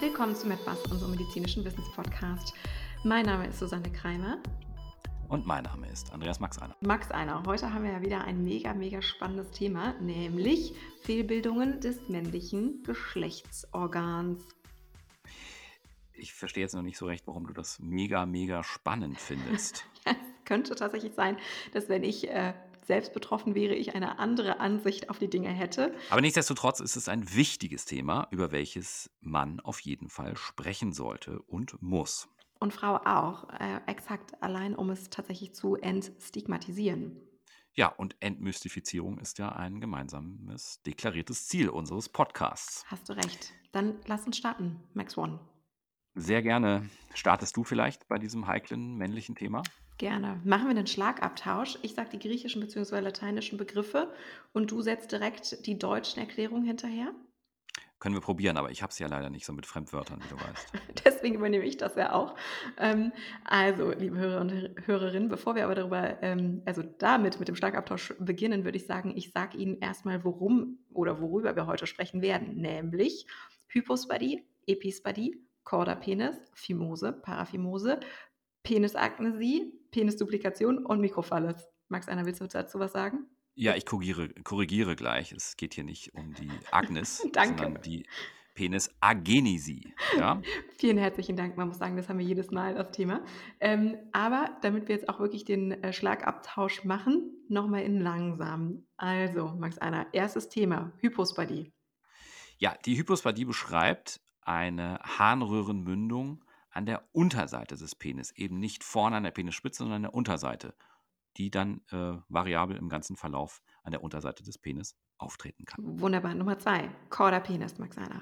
Willkommen zu MedWas, unserem medizinischen Wissenspodcast. Mein Name ist Susanne Kreimer. Und mein Name ist Andreas Max Einer. Max Einer. Heute haben wir ja wieder ein mega spannendes Thema, nämlich Fehlbildungen des männlichen Geschlechtsorgans. Ich verstehe jetzt noch nicht so recht, warum du das mega spannend findest. Ja, es könnte tatsächlich sein, dass wenn ich selbst betroffen wäre, ich eine andere Ansicht auf die Dinge hätte. Aber nichtsdestotrotz ist es ein wichtiges Thema, über welches man auf jeden Fall sprechen sollte und muss. Und Frau auch, exakt allein, um es tatsächlich zu entstigmatisieren. Ja, und Entmystifizierung ist ja ein gemeinsames deklariertes Ziel unseres Podcasts. Hast du recht. Dann lass uns starten, Max One. Sehr gerne. Startest du vielleicht bei diesem heiklen männlichen Thema? Gerne. Machen wir einen Schlagabtausch. Ich sage die griechischen bzw. lateinischen Begriffe und du setzt direkt die deutschen Erklärungen hinterher. Können wir probieren, aber ich habe es ja leider nicht so mit Fremdwörtern, wie du weißt. Deswegen übernehme ich das ja auch. Also, liebe Hörer und Hörerinnen, bevor wir aber damit mit dem Schlagabtausch beginnen, würde ich sagen, ich sage Ihnen erstmal, worum oder worüber wir heute sprechen werden, nämlich Hypospadie, Epispadie, Chordapenis, Phimose, Paraphimose, Penisagnesie, Penisduplikation und Mikrophallus. Max, Einer, willst du dazu was sagen? Ja, ich korrigiere gleich. Es geht hier nicht um die Agnes, Danke. sondern die Penisagenesie, ja? Vielen herzlichen Dank. Man muss sagen, das haben wir jedes Mal, das Thema. Aber damit wir jetzt auch wirklich den Schlagabtausch machen, nochmal in langsam. Also, Max Einer, erstes Thema, Hypospadie. Ja, die Hypospadie beschreibt eine Harnröhrenmündung an der Unterseite des Penis, eben nicht vorne an der Penisspitze, sondern an der Unterseite, die dann variabel im ganzen Verlauf an der Unterseite des Penis auftreten kann. Wunderbar. Nummer 2, Chordapenis, Max Einer.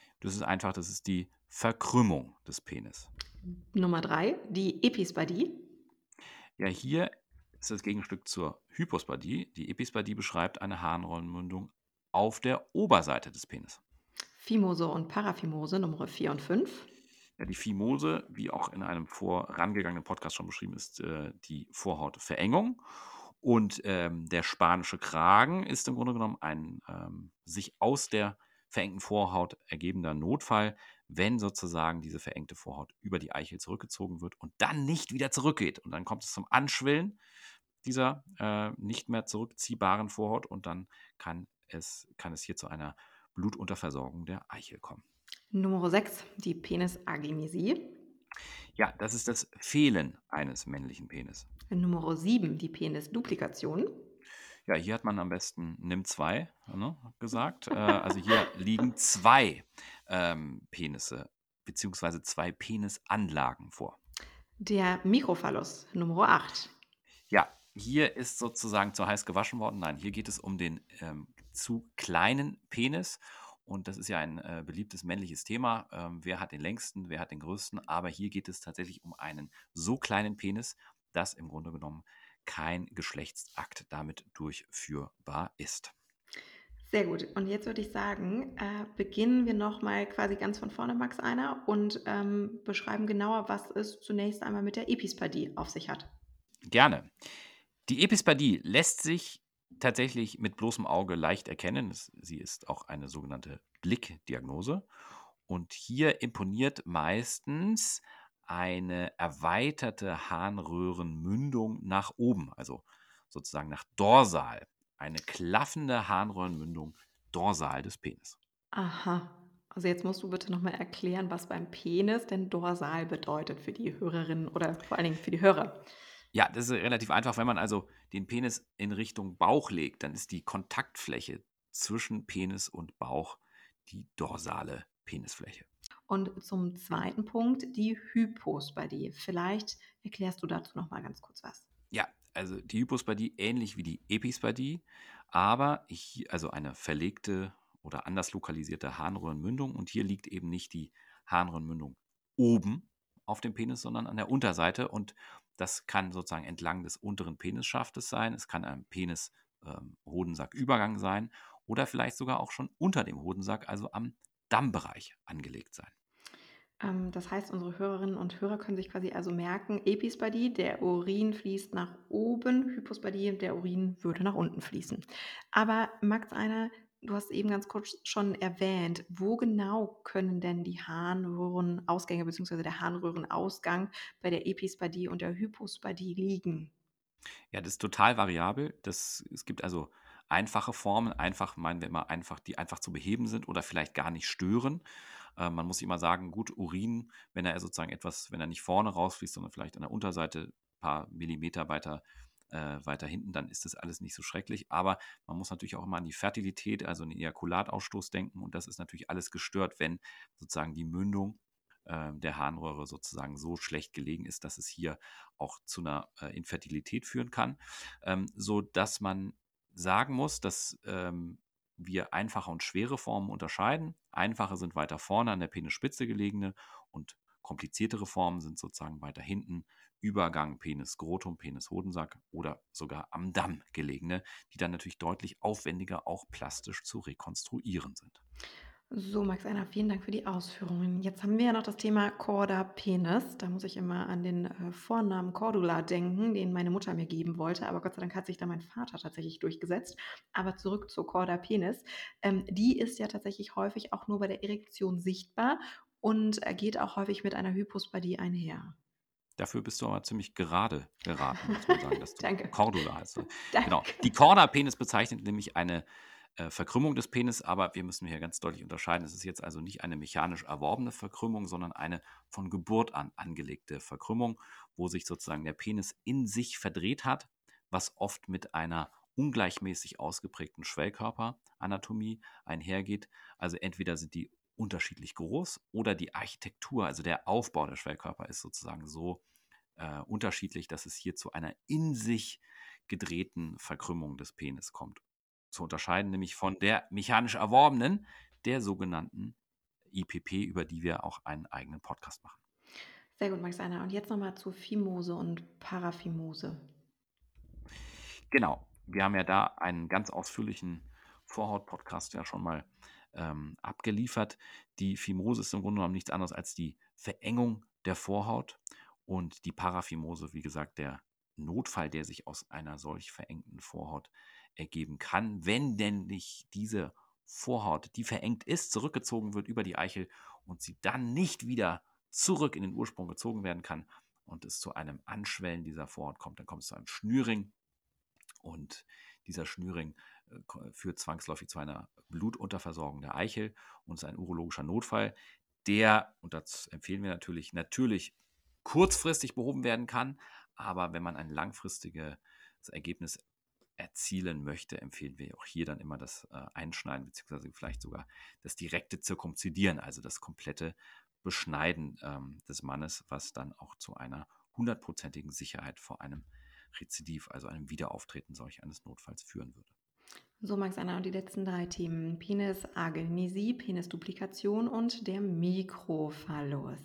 Das ist die Verkrümmung des Penis. Nummer 3, die Epispadie. Ja, hier ist das Gegenstück zur Hypospadie. Die Epispadie beschreibt eine Harnröhrenmündung auf der Oberseite des Penis. Phimose und Paraphimose, Nummer 4 und 5. Ja, die Phimose, wie auch in einem vorangegangenen Podcast schon beschrieben ist, die Vorhautverengung. Und der spanische Kragen ist im Grunde genommen ein sich aus der verengten Vorhaut ergebender Notfall, wenn sozusagen diese verengte Vorhaut über die Eichel zurückgezogen wird und dann nicht wieder zurückgeht. Und dann kommt es zum Anschwillen dieser nicht mehr zurückziehbaren Vorhaut und dann kann es hier zu einer Blutunterversorgung der Eichel kommen. Nummer 6, die Penisagenesie. Ja, das ist das Fehlen eines männlichen Penis. Nummer 7, die Penisduplikation. Ja, hier hat man am besten nimm 2, ne, gesagt. Also hier liegen 2 Penisse beziehungsweise 2 Penisanlagen vor. Der Mikrophallus, Nummer 8. Ja, hier ist sozusagen zu heiß gewaschen worden. Nein, hier geht es um den zu kleinen Penis. Und das ist ja ein beliebtes männliches Thema. Wer hat den längsten, wer hat den größten? Aber hier geht es tatsächlich um einen so kleinen Penis, dass im Grunde genommen kein Geschlechtsakt damit durchführbar ist. Sehr gut. Und jetzt würde ich sagen, beginnen wir nochmal quasi ganz von vorne, Max Einer, und beschreiben genauer, was es zunächst einmal mit der Epispadie auf sich hat. Gerne. Die Epispadie lässt sich tatsächlich mit bloßem Auge leicht erkennen. Sie ist auch eine sogenannte Blickdiagnose. Und hier imponiert meistens eine erweiterte Harnröhrenmündung nach oben, also sozusagen nach dorsal. Eine klaffende Harnröhrenmündung dorsal des Penis. Aha. Also jetzt musst du bitte nochmal erklären, was beim Penis denn dorsal bedeutet für die Hörerinnen oder vor allen Dingen für die Hörer. Ja, das ist relativ einfach. Wenn man also den Penis in Richtung Bauch legt, dann ist die Kontaktfläche zwischen Penis und Bauch die dorsale Penisfläche. Und zum zweiten Punkt, die Hypospadie. Vielleicht erklärst du dazu nochmal ganz kurz was. Ja, also die Hypospadie ähnlich wie die Epispadie, aber also eine verlegte oder anders lokalisierte Harnröhrenmündung. Und hier liegt eben nicht die Harnröhrenmündung oben auf dem Penis, sondern an der Unterseite. Und das kann sozusagen entlang des unteren Penisschaftes sein. Es kann am Penis-Hodensackübergang sein oder vielleicht sogar auch schon unter dem Hodensack, also am Dammbereich angelegt sein. Das heißt, unsere Hörerinnen und Hörer können sich quasi also merken, Epispadie, der Urin fließt nach oben, Hypospadie, der Urin würde nach unten fließen. Aber Max Einer, du hast eben ganz kurz schon erwähnt, wo genau können denn die Harnröhrenausgänge beziehungsweise der Harnröhrenausgang bei der Epispadie und der Hypospadie liegen? Ja, das ist total variabel. Es gibt also einfache Formen. Einfach meinen wir immer einfach, die einfach zu beheben sind oder vielleicht gar nicht stören. Man muss immer sagen, gut, Urin, wenn er nicht vorne rausfließt, sondern vielleicht an der Unterseite ein paar Millimeter weiter hinten, dann ist das alles nicht so schrecklich. Aber man muss natürlich auch immer an die Fertilität, also den Ejakulatausstoß denken. Und das ist natürlich alles gestört, wenn sozusagen die Mündung der Harnröhre sozusagen so schlecht gelegen ist, dass es hier auch zu einer Infertilität führen kann, so dass man sagen muss, dass wir einfache und schwere Formen unterscheiden. Einfache sind weiter vorne an der Penisspitze gelegene und kompliziertere Formen sind sozusagen weiter hinten, Übergang Penis-Skrotum, Penis-Hodensack oder sogar am Damm gelegene, die dann natürlich deutlich aufwendiger auch plastisch zu rekonstruieren sind. So, Max Einer, vielen Dank für die Ausführungen. Jetzt haben wir ja noch das Thema Chorda Penis. Da muss ich immer an den Vornamen Cordula denken, den meine Mutter mir geben wollte. Aber Gott sei Dank hat sich da mein Vater tatsächlich durchgesetzt. Aber zurück zur Chorda Penis. Die ist ja tatsächlich häufig auch nur bei der Erektion sichtbar und geht auch häufig mit einer Hypospadie einher. Dafür bist du aber ziemlich gerade geraten, muss man sagen, dass du Danke. Cordula heißt. Genau. Danke. Die Corda-Penis bezeichnet nämlich eine Verkrümmung des Penis, aber wir müssen hier ganz deutlich unterscheiden. Es ist jetzt also nicht eine mechanisch erworbene Verkrümmung, sondern eine von Geburt an angelegte Verkrümmung, wo sich sozusagen der Penis in sich verdreht hat, was oft mit einer ungleichmäßig ausgeprägten Schwellkörperanatomie einhergeht. Also entweder sind die unterschiedlich groß oder die Architektur, also der Aufbau der Schwellkörper ist sozusagen so unterschiedlich, dass es hier zu einer in sich gedrehten Verkrümmung des Penis kommt. Zu unterscheiden nämlich von der mechanisch erworbenen, der sogenannten IPP, über die wir auch einen eigenen Podcast machen. Sehr gut, Max Einer. Und jetzt nochmal zu Fimose und Paraphimose. Genau, wir haben ja da einen ganz ausführlichen Vorhaut-Podcast ja schon mal abgeliefert. Die Fimose ist im Grunde genommen nichts anderes als die Verengung der Vorhaut und die Paraphimose, wie gesagt, der Notfall, der sich aus einer solch verengten Vorhaut ergeben kann, wenn denn nicht diese Vorhaut, die verengt ist, zurückgezogen wird über die Eichel und sie dann nicht wieder zurück in den Ursprung gezogen werden kann und es zu einem Anschwellen dieser Vorhaut kommt, dann kommt es zu einem Schnüring und dieser Schnüring führt zwangsläufig zu einer Blutunterversorgung der Eichel und ist ein urologischer Notfall, der, und das empfehlen wir natürlich kurzfristig behoben werden kann, aber wenn man ein langfristiges Ergebnis erzielen möchte, empfehlen wir auch hier dann immer das Einschneiden beziehungsweise vielleicht sogar das direkte Zirkumzidieren, also das komplette Beschneiden des Mannes, was dann auch zu einer hundertprozentigen Sicherheit vor einem Rezidiv, also einem Wiederauftreten solch eines Notfalls führen würde. So, Max Anna, und die letzten 3 Themen: Penisagenesie, Penisduplikation und der Mikrophallus.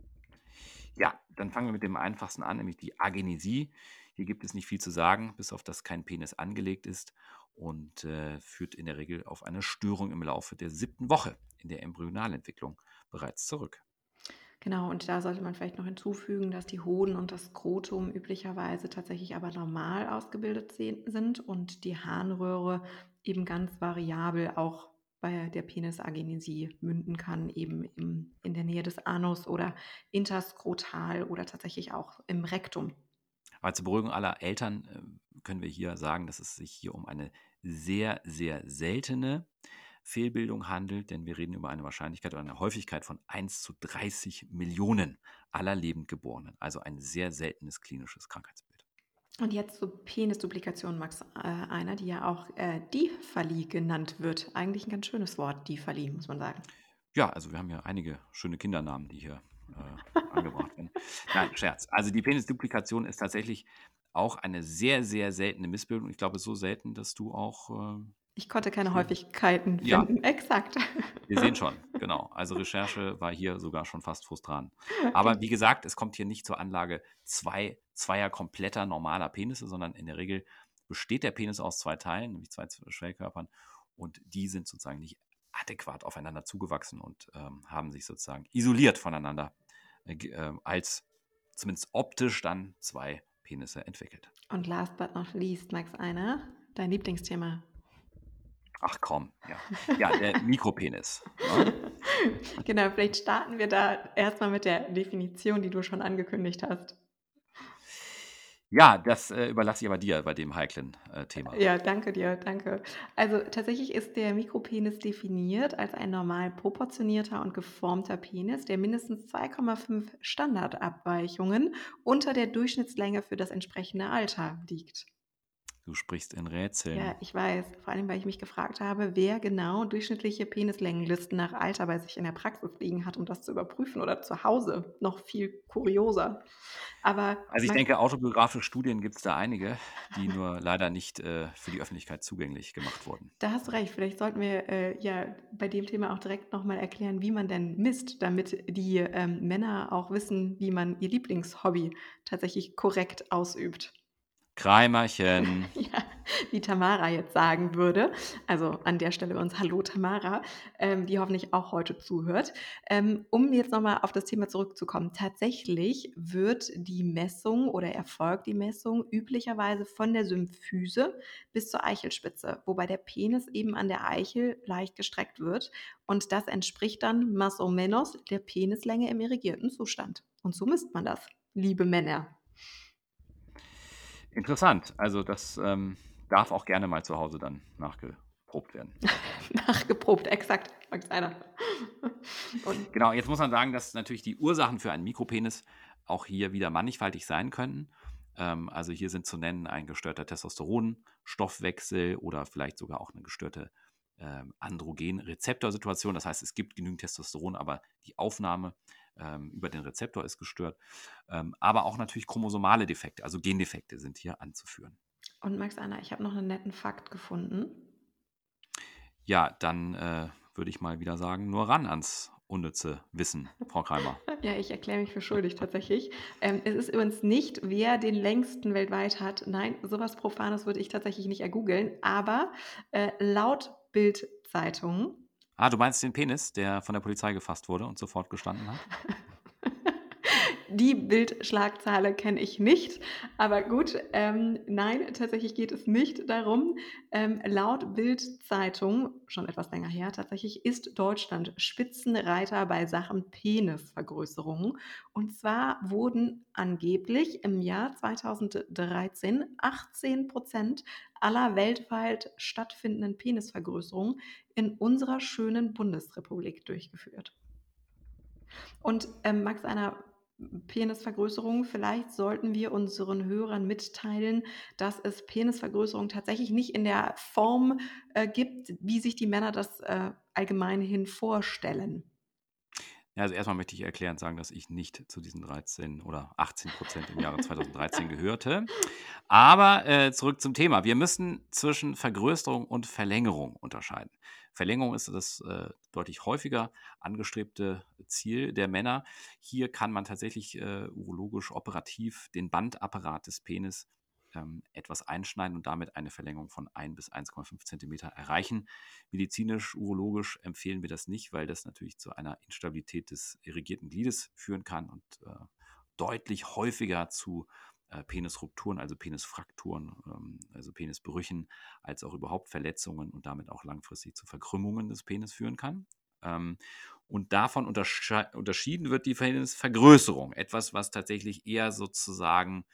Ja, dann fangen wir mit dem einfachsten an, nämlich die Agenesie. Hier gibt es nicht viel zu sagen, bis auf dass kein Penis angelegt ist und führt in der Regel auf eine Störung im Laufe der 7. Woche in der Embryonalentwicklung bereits zurück. Genau, und da sollte man vielleicht noch hinzufügen, dass die Hoden und das Skrotum üblicherweise tatsächlich aber normal ausgebildet sind und die Harnröhre eben ganz variabel auch bei der Penisagenesie münden kann, eben in der Nähe des Anus oder interskrotal oder tatsächlich auch im Rektum. Aber zur Beruhigung aller Eltern können wir hier sagen, dass es sich hier um eine sehr, sehr seltene Fehlbildung handelt, denn wir reden über eine Wahrscheinlichkeit oder eine Häufigkeit von 1 zu 30 Millionen aller Lebendgeborenen. Also ein sehr seltenes klinisches Krankheitsbild. Und jetzt zur Penisduplikation, Max Einer, die ja auch Diphallie genannt wird. Eigentlich ein ganz schönes Wort, Diphallie, muss man sagen. Ja, also wir haben ja einige schöne Kindernamen, die hier angebracht werden. Nein, Scherz. Also die Penisduplikation ist tatsächlich auch eine sehr, sehr seltene Missbildung. Ich glaube, so selten, dass du auch Ich konnte keine hier. Häufigkeiten Ja, finden. Exakt. wir sehen schon, genau. Also Recherche war hier sogar schon fast frustran. Aber Okay. wie gesagt, es kommt hier nicht zur Anlage zweier kompletter normaler Penisse, sondern in der Regel besteht der Penis aus 2 Teilen, nämlich 2 Schwellkörpern, und die sind sozusagen nicht adäquat aufeinander zugewachsen und haben sich sozusagen isoliert voneinander als zumindest optisch dann 2 Penisse entwickelt. Und last but not least, Max Einer, dein Lieblingsthema. Ach komm, ja. Ja, der Mikropenis, ne? Genau, vielleicht starten wir da erstmal mit der Definition, die du schon angekündigt hast. Ja, das, überlasse ich aber dir bei dem heiklen, Thema. Ja, danke dir, danke. Also tatsächlich ist der Mikropenis definiert als ein normal proportionierter und geformter Penis, der mindestens 2,5 Standardabweichungen unter der Durchschnittslänge für das entsprechende Alter liegt. Du sprichst in Ja, Rätseln. ich weiß, vor allem, weil ich mich gefragt habe, wer genau durchschnittliche Penislängenlisten nach Alter bei sich in der Praxis liegen hat, um das zu überprüfen oder zu Hause. Noch viel kurioser. Aber Also, ich Max, denke, autobiografische Studien gibt's da einige, die nur leider nicht, für die Öffentlichkeit zugänglich gemacht wurden. da hast du recht. Vielleicht sollten wir ja bei dem Thema auch direkt nochmal erklären, wie man denn misst, damit die Männer auch wissen, wie man ihr Lieblingshobby tatsächlich korrekt ausübt. Krämerchen. Ja, wie Tamara jetzt sagen würde. Also an der Stelle uns Hallo Tamara, die hoffentlich auch heute zuhört. Um jetzt nochmal auf das Thema zurückzukommen. Tatsächlich wird die Messung oder erfolgt die Messung üblicherweise von der Symphyse bis zur Eichelspitze, wobei der Penis eben an der Eichel leicht gestreckt wird. Und das entspricht dann más o menos der Penislänge im irrigierten Zustand. Und so misst man das, liebe Männer. Interessant. Also, das, darf auch gerne mal zu Hause dann nachgeprobt werden. Nachgeprobt, exakt, sagt einer. Und Genau, jetzt muss man sagen, dass natürlich die Ursachen für einen Mikropenis auch hier wieder mannigfaltig sein können. Also, hier sind zu nennen ein gestörter Testosteronstoffwechsel oder vielleicht sogar auch eine gestörte, Androgenrezeptorsituation. Das heißt, es gibt genügend Testosteron, aber die Aufnahme, über den Rezeptor ist gestört. Aber auch natürlich chromosomale Defekte, also Gendefekte sind hier anzuführen. Max Anna, ich habe noch einen netten Fakt gefunden. Ja, dann, würde ich mal wieder sagen, nur ran ans unnütze Wissen, Frau Kreimer. Ja, ich erkläre mich für schuldig tatsächlich. Es ist übrigens nicht, wer den längsten weltweit hat. Nein, sowas Profanes würde ich tatsächlich nicht ergoogeln. Aber laut Bild-Zeitung Ah, du meinst den Penis, der von der Polizei gefasst wurde und sofort gestanden hat? Die Bildschlagzeile kenne ich nicht, aber gut, nein, tatsächlich geht es nicht darum. Laut Bild-Zeitung, schon etwas länger her tatsächlich, ist Deutschland Spitzenreiter bei Sachen Penisvergrößerung. Und zwar wurden angeblich im Jahr 2013 18% aller weltweit stattfindenden Penisvergrößerungen in unserer schönen Bundesrepublik durchgeführt. Und Max, einer Penisvergrößerung, vielleicht sollten wir unseren Hörern mitteilen, dass es Penisvergrößerung tatsächlich nicht in der Form gibt, wie sich die Männer das allgemein hin vorstellen. Ja, also erstmal möchte ich erklärend sagen, dass ich nicht zu diesen 13 oder 18% im Jahre 2013 gehörte. Aber, zurück zum Thema. Wir müssen zwischen Vergrößerung und Verlängerung unterscheiden. Verlängerung ist das, deutlich häufiger angestrebte Ziel der Männer. Hier kann man tatsächlich, urologisch operativ den Bandapparat des Penis, etwas einschneiden und damit eine Verlängerung von 1 bis 1,5 Zentimeter erreichen. Medizinisch, urologisch empfehlen wir das nicht, weil das natürlich zu einer Instabilität des irrigierten Gliedes führen kann und, deutlich häufiger zu Penisrupturen, also Penisfrakturen, also Penisbrüchen, als auch überhaupt Verletzungen und damit auch langfristig zu Verkrümmungen des Penis führen kann. Ähm, und davon unterschieden wird die Penisvergrößerung. Etwas, was tatsächlich eher sozusagen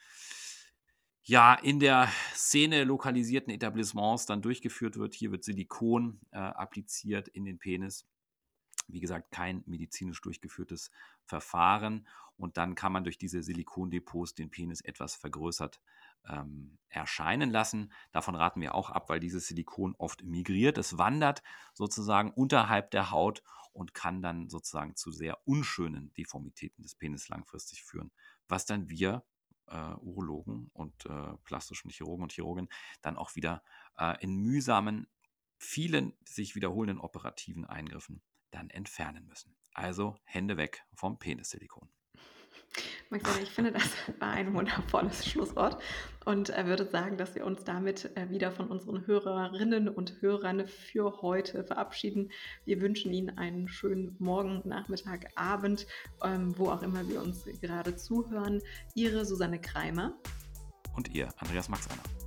ja, in der Szene lokalisierten Etablissements dann durchgeführt wird. Hier wird Silikon appliziert in den Penis. Wie gesagt, kein medizinisch durchgeführtes Verfahren. Und dann kann man durch diese Silikondepots den Penis etwas vergrößert erscheinen lassen. Davon raten wir auch ab, weil dieses Silikon oft migriert. Es wandert sozusagen unterhalb der Haut und kann dann sozusagen zu sehr unschönen Deformitäten des Penis langfristig führen, was dann wir Urologen und plastischen Chirurgen und Chirurgen dann auch wieder in mühsamen, vielen sich wiederholenden operativen Eingriffen dann entfernen müssen. Also Hände weg vom Penissilikon. Magdalena, ich finde, das war ein wundervolles Schlusswort und würde sagen, dass wir uns damit wieder von unseren Hörerinnen und Hörern für heute verabschieden. Wir wünschen Ihnen einen schönen Morgen, Nachmittag, Abend, wo auch immer wir uns gerade zuhören. Ihre Susanne Kreimer Und ihr, Andreas Max Anna.